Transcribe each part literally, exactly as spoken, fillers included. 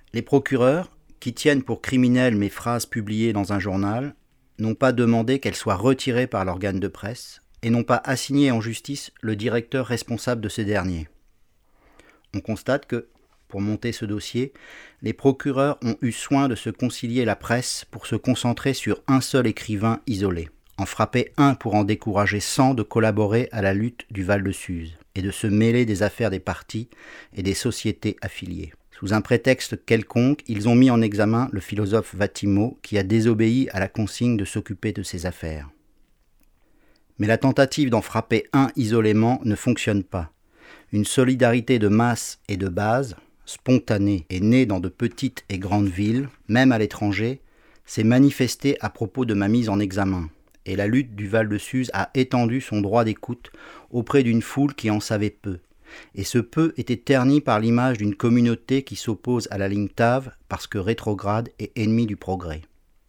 Les procureurs, qui tiennent pour criminelles mes phrases publiées dans un journal, n'ont pas demandé qu'elles soient retirées par l'organe de presse et n'ont pas assigné en justice le directeur responsable de ce dernier. On constate que, pour monter ce dossier, les procureurs ont eu soin de se concilier la presse pour se concentrer sur un seul écrivain isolé, en frapper un pour en décourager cent de collaborer à la lutte du Val-de-Suse et de se mêler des affaires des partis et des sociétés affiliées. Sous un prétexte quelconque, ils ont mis en examen le philosophe Vatimo qui a désobéi à la consigne de s'occuper de ses affaires. Mais la tentative d'en frapper un isolément ne fonctionne pas. Une solidarité de masse et de base, spontanée et née dans de petites et grandes villes, même à l'étranger, s'est manifestée à propos de ma mise en examen. Et la lutte du Val-de-Suse a étendu son droit d'écoute auprès d'une foule qui en savait peu. Et ce peu était terni par l'image d'une communauté qui s'oppose à la ligne Tave parce que rétrograde et ennemie du progrès.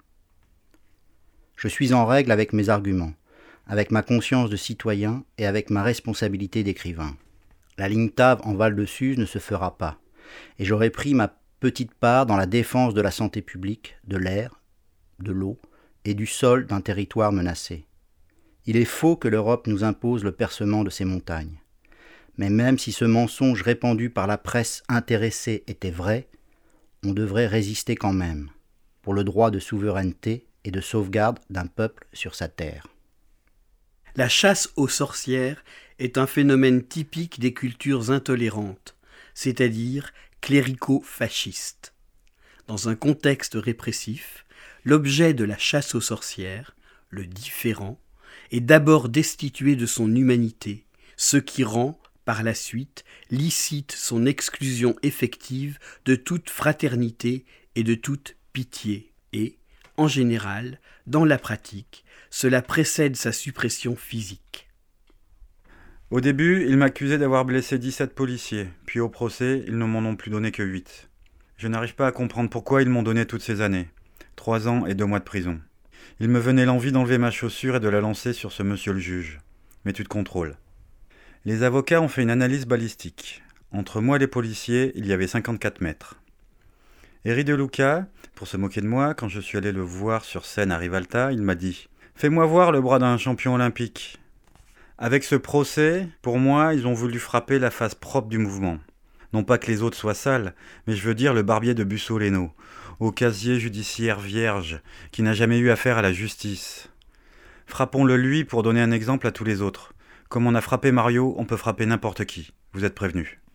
Je suis en règle avec mes arguments, avec ma conscience de citoyen et avec ma responsabilité d'écrivain. La ligne Tave en Val-de-Suse ne se fera pas, et j'aurai pris ma petite part dans la défense de la santé publique, de l'air, de l'eau et du sol d'un territoire menacé. Il est faux que l'Europe nous impose le percement de ces montagnes. Mais même si ce mensonge répandu par la presse intéressée était vrai, on devrait résister quand même, pour le droit de souveraineté et de sauvegarde d'un peuple sur sa terre. La chasse aux sorcières est un phénomène typique des cultures intolérantes, c'est-à-dire clérico-fascistes. Dans un contexte répressif, l'objet de la chasse aux sorcières, le différent, est d'abord destitué de son humanité, ce qui rend, par la suite, licite son exclusion effective de toute fraternité et de toute pitié et, en général, dans la pratique, cela précède sa suppression physique. Au début, ils m'accusaient d'avoir blessé dix-sept policiers, puis au procès, ils ne m'en ont plus donné que huit. Je n'arrive pas à comprendre pourquoi ils m'ont donné toutes ces années. Trois ans et deux mois de prison. Il me venait l'envie d'enlever ma chaussure et de la lancer sur ce monsieur le juge. Mais tu te contrôles. Les avocats ont fait une analyse balistique. Entre moi et les policiers, il y avait cinquante-quatre mètres. Éric De Luca, pour se moquer de moi, quand je suis allé le voir sur scène à Rivalta, il m'a dit « Fais-moi voir le bras d'un champion olympique ». Avec ce procès, pour moi, ils ont voulu frapper la face propre du mouvement. Non pas que les autres soient sales, mais je veux dire le barbier de Bussoleno, au casier judiciaire vierge, qui n'a jamais eu affaire à la justice. Frappons-le lui pour donner un exemple à tous les autres. Comme on a frappé Mario, on peut frapper n'importe qui. Vous êtes prévenus.